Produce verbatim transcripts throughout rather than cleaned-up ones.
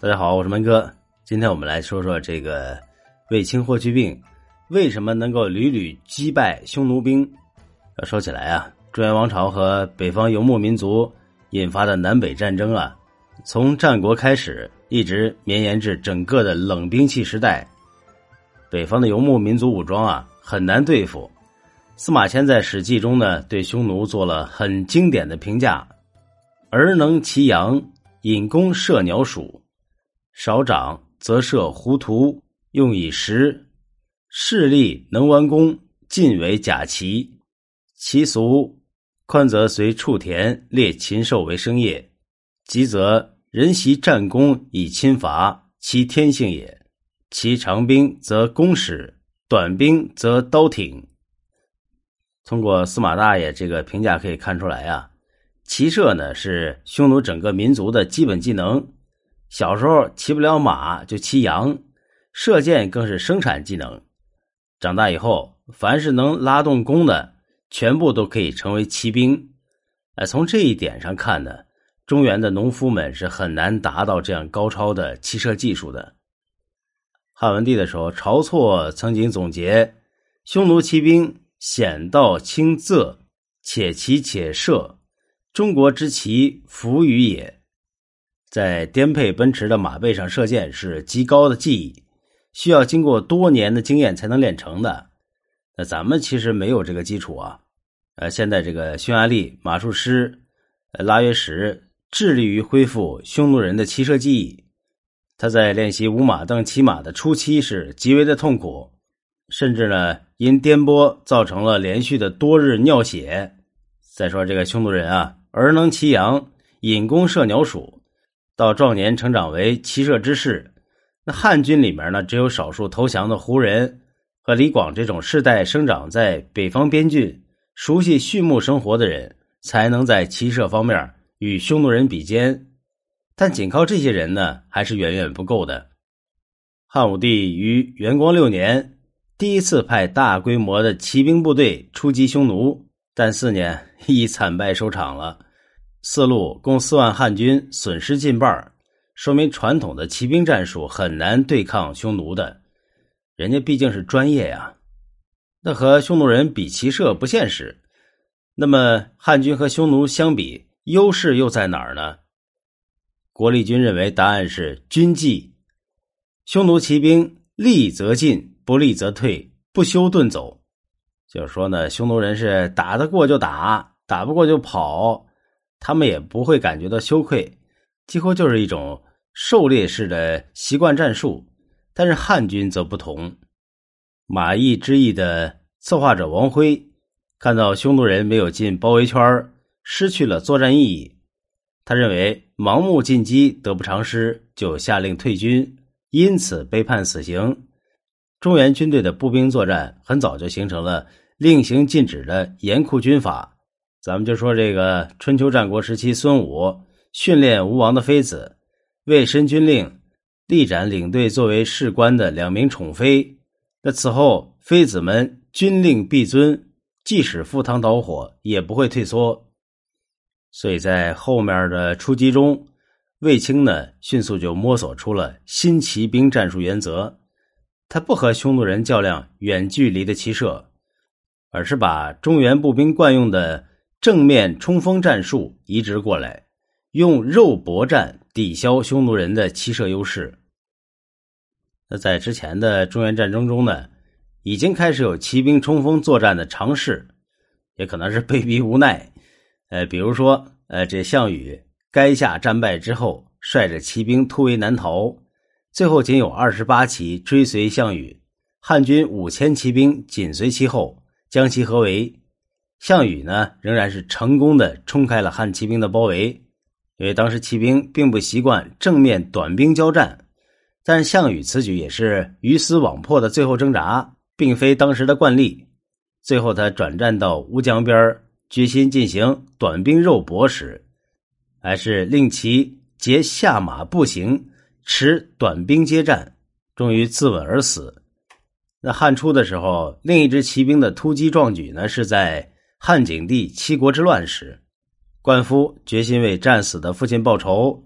大家好，我是门哥。今天我们来说说这个卫青霍去病为什么能够屡屡击败匈奴兵。要说起来啊，中原王朝和北方游牧民族引发的南北战争啊，从战国开始一直绵延至整个的冷兵器时代。北方的游牧民族武装啊很难对付。司马迁在《史记》中呢对匈奴做了很经典的评价：儿能骑羊，引弓射鸟鼠，少长则射狐图，用以食。势力能弯弓，尽为甲骑。其俗宽则随畜田猎禽兽为生业，急则人习战功以侵伐，其天性也。其长兵则弓矢，短兵则刀挺。通过司马大爷这个评价可以看出来啊，骑射呢是匈奴整个民族的基本技能。小时候骑不了马就骑羊，射箭更是生产技能。长大以后，凡是能拉动弓的，全部都可以成为骑兵。哎，从这一点上看呢，中原的农夫们是很难达到这样高超的骑射技术的。汉文帝的时候，晁错曾经总结，匈奴骑兵险道轻仄，且骑且射，中国之骑弗与也。在颠沛奔驰的马背上射箭是极高的技艺，需要经过多年的经验才能练成的。那咱们其实没有这个基础啊。呃，现在这个匈牙利马术师拉约什致力于恢复匈奴人的骑射技艺。他在练习五马蹬骑马的初期是极为的痛苦，甚至呢因颠簸造成了连续的多日尿血。再说这个匈奴人啊，儿能骑羊，引弓射鸟鼠，到壮年成长为骑射之士。那汉军里面呢，只有少数投降的胡人和李广这种世代生长在北方边郡、熟悉畜牧生活的人，才能在骑射方面与匈奴人比肩。但仅靠这些人呢，还是远远不够的。汉武帝于元光六年第一次派大规模的骑兵部队出击匈奴，但四年以惨败收场了。四路共四万汉军损失近半，说明传统的骑兵战术很难对抗匈奴的，人家毕竟是专业呀。那和匈奴人比骑射不现实，那么汉军和匈奴相比，优势又在哪儿呢？国立军认为答案是军纪。匈奴骑兵利则进，不利则退，不休顿走。就是说呢，匈奴人是打得过就打，打不过就跑，他们也不会感觉到羞愧，几乎就是一种狩猎式的习惯战术。但是汉军则不同。马邑之役的策划者王辉看到匈奴人没有进包围圈，失去了作战意义。他认为盲目进击得不偿失，就下令退军，因此被判死刑。中原军队的步兵作战很早就形成了令行禁止的严酷军法。咱们就说这个春秋战国时期，孙武训练吴王的妃子，为申军令力斩领队作为士官的两名宠妃。那此后妃子们军令必遵，即使赴汤蹈火也不会退缩。所以在后面的出击中，卫青呢迅速就摸索出了新骑兵战术原则。他不和匈奴人较量远距离的骑射，而是把中原步兵惯用的正面冲锋战术移植过来，用肉搏战抵消匈奴人的骑射优势。那在之前的中原战争中呢，已经开始有骑兵冲锋作战的尝试，也可能是被逼无奈。呃，比如说，呃，这项羽垓下战败之后，率着骑兵突围南逃，最后仅有二十八骑追随项羽，汉军五千骑兵紧随其后，将其合围。项羽呢，仍然是成功的冲开了汉骑兵的包围，因为当时骑兵并不习惯正面短兵交战，但是项羽此举也是鱼死网破的最后挣扎，并非当时的惯例。最后他转战到乌江边，决心进行短兵肉搏时，还是令其结下马步行，持短兵接战，终于自刎而死。那汉初的时候，另一支骑兵的突击壮举呢，是在汉景帝七国之乱时，灌夫决心为战死的父亲报仇，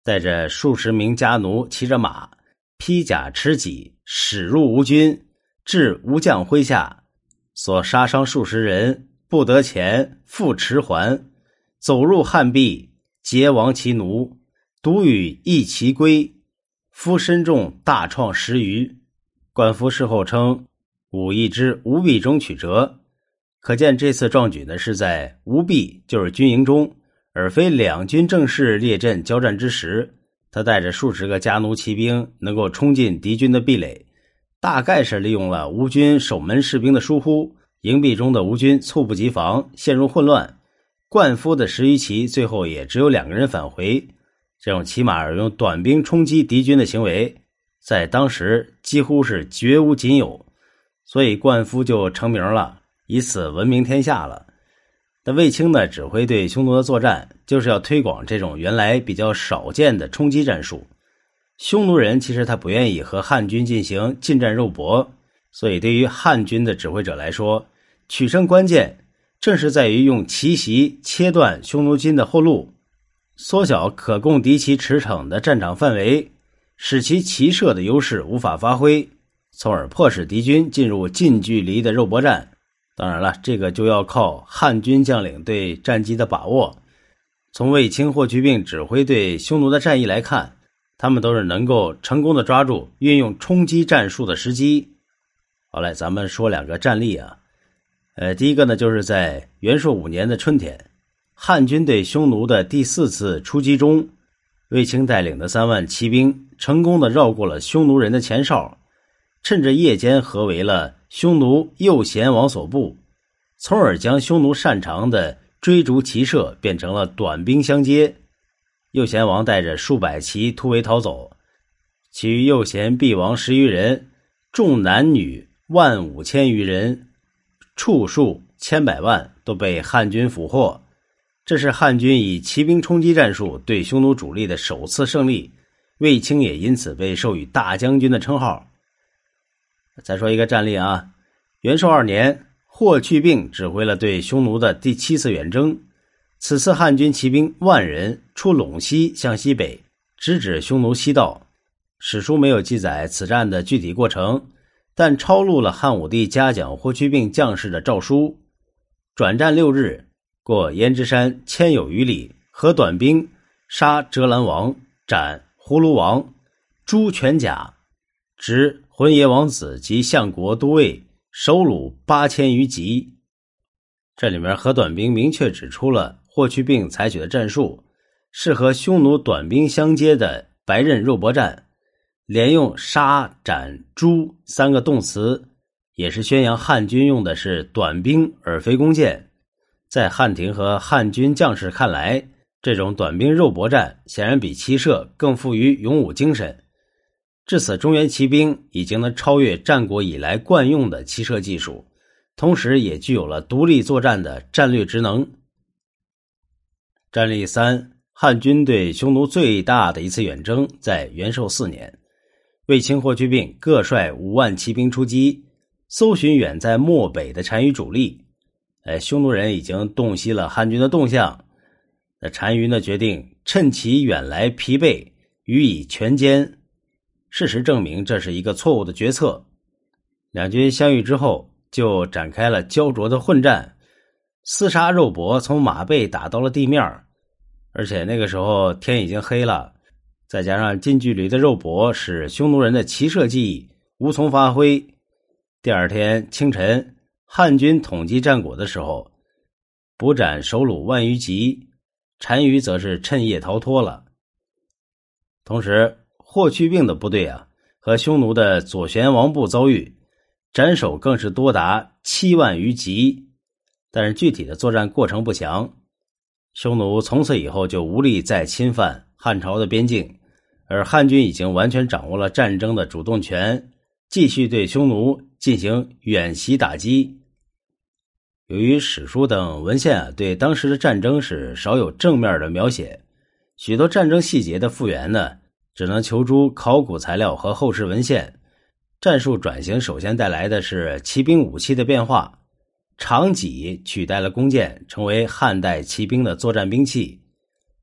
带着数十名家奴，骑着马，披甲持戟，驶入吴军，至吴将麾下，所杀伤数十人，不得前，复迟还，走入汉壁，劫亡其奴，独与一骑归，夫身中大创十余。冠夫事后称武义之吴壁中取折，可见这次壮举呢是在吴壁，就是军营中，而非两军正式列阵交战之时。他带着数十个家奴骑兵能够冲进敌军的壁垒，大概是利用了吴军守门士兵的疏忽，营壁中的吴军猝不及防，陷入混乱。冠夫的十余骑最后也只有两个人返回，这种骑马而用短兵冲击敌军的行为在当时几乎是绝无仅有，所以冠夫就成名了，以此闻名天下了。但卫青呢，指挥对匈奴的作战，就是要推广这种原来比较少见的冲击战术。匈奴人其实他不愿意和汉军进行近战肉搏，所以对于汉军的指挥者来说，取胜关键正是在于用奇袭切断匈奴军的后路，缩小可供敌骑驰骋的战场范围，使其骑射的优势无法发挥，从而迫使敌军进入近距离的肉搏战。当然了，这个就要靠汉军将领对战机的把握。从卫青、霍去病指挥对匈奴的战役来看，他们都是能够成功的抓住运用冲击战术的时机。好来，咱们说两个战例啊。呃，第一个呢，就是在元朔五年的春天，汉军对匈奴的第四次出击中，卫青带领的三万骑兵成功的绕过了匈奴人的前哨，趁着夜间合围了匈奴右贤王所部，从而将匈奴擅长的追逐骑射变成了短兵相接。右贤王带着数百骑突围逃走，其余右贤臂王十余人，众男女万五千余人，畜数千百万都被汉军俘获。这是汉军以骑兵冲击战术对匈奴主力的首次胜利，卫青也因此被授予大将军的称号。再说一个战例啊，元朔二年，霍去病指挥了对匈奴的第七次远征。此次汉军骑兵万人出陇西向西北，直指匈奴西道。史书没有记载此战的具体过程，但抄录了汉武帝嘉奖霍去病将士的诏书。转战六日，过燕之山千有余里，合短兵，杀折兰王，斩葫芦王，诛全甲，执浑邪王子及相国都尉，收虏八千余级。这里面合短兵明确指出了霍去病采取的战术是和匈奴短兵相接的白刃肉搏战，连用杀、斩、诛三个动词，也是宣扬汉军用的是短兵而非弓箭。在汉廷和汉军将士看来，这种短兵肉搏战显然比骑射更富于勇武精神。至此，中原骑兵已经能超越战国以来惯用的骑射技术，同时也具有了独立作战的战略职能。战例三，汉军对匈奴最大的一次远征在元寿四年，卫青、霍去病各率五万骑兵出击，搜寻远在漠北的单于主力。哎，匈奴人已经洞悉了汉军的动向，那单于呢决定趁其远来疲惫，予以全歼。事实证明这是一个错误的决策。两军相遇之后，就展开了焦灼的混战，厮杀肉搏从马背打到了地面，而且那个时候天已经黑了，再加上近距离的肉搏使匈奴人的骑射技艺无从发挥。第二天清晨，汉军统计战果的时候，捕斩首虏万余级，单于则是趁夜逃脱了。同时霍去病的部队啊，和匈奴的左贤王部遭遇，斩首更是多达七万余级，但是具体的作战过程不详。匈奴从此以后就无力再侵犯汉朝的边境，而汉军已经完全掌握了战争的主动权，继续对匈奴进行远袭打击。由于史书等文献啊，对当时的战争是少有正面的描写，许多战争细节的复原呢，只能求诸考古材料和后世文献。战术转型首先带来的是骑兵武器的变化，长戟取代了弓箭，成为汉代骑兵的作战兵器。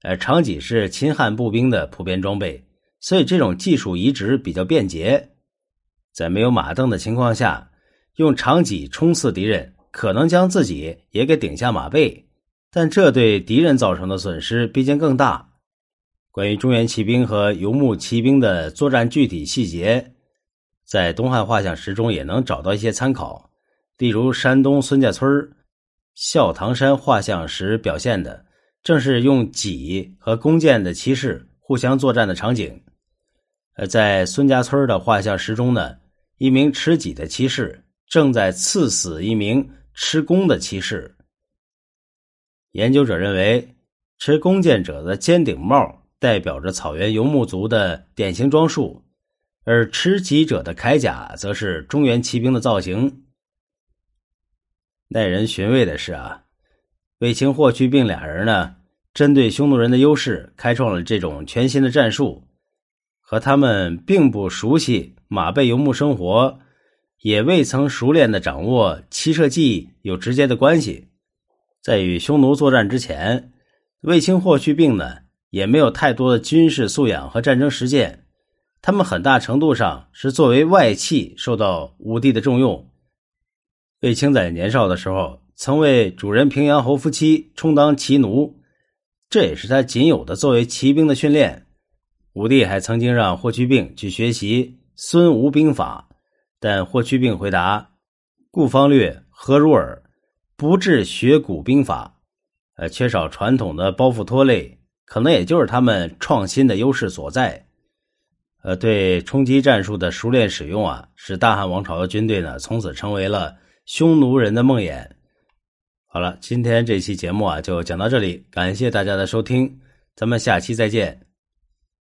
呃，长戟是秦汉步兵的普遍装备，所以这种技术移植比较便捷。在没有马镫的情况下，用长戟冲刺敌人，可能将自己也给顶下马背，但这对敌人造成的损失毕竟更大。关于中原骑兵和游牧骑兵的作战具体细节，在东汉画像石中也能找到一些参考，例如山东孙家村孝堂山画像石表现的正是用戟和弓箭的骑士互相作战的场景。而在孙家村的画像石中呢，一名持戟的骑士正在刺死一名持弓的骑士。研究者认为，持弓箭者的尖顶帽代表着草原游牧族的典型装束，而持戟者的铠甲则是中原骑兵的造型。耐人寻味的是啊，卫青、霍去病俩人呢，针对匈奴人的优势开创了这种全新的战术，和他们并不熟悉马背游牧生活，也未曾熟练地掌握骑射技艺有直接的关系。在与匈奴作战之前，卫青、霍去病呢也没有太多的军事素养和战争实践，他们很大程度上是作为外戚受到武帝的重用。卫青在年少的时候曾为主人平阳侯夫妻充当骑奴，这也是他仅有的作为骑兵的训练。武帝还曾经让霍去病去学习孙吴兵法，但霍去病回答：顾方略，何如耳，不治学古兵法。呃，缺少传统的包袱拖累，可能也就是他们创新的优势所在。呃，对冲击战术的熟练使用啊，使大汉王朝的军队呢，从此成为了匈奴人的梦魇。好了，今天这期节目啊，就讲到这里，感谢大家的收听，咱们下期再见。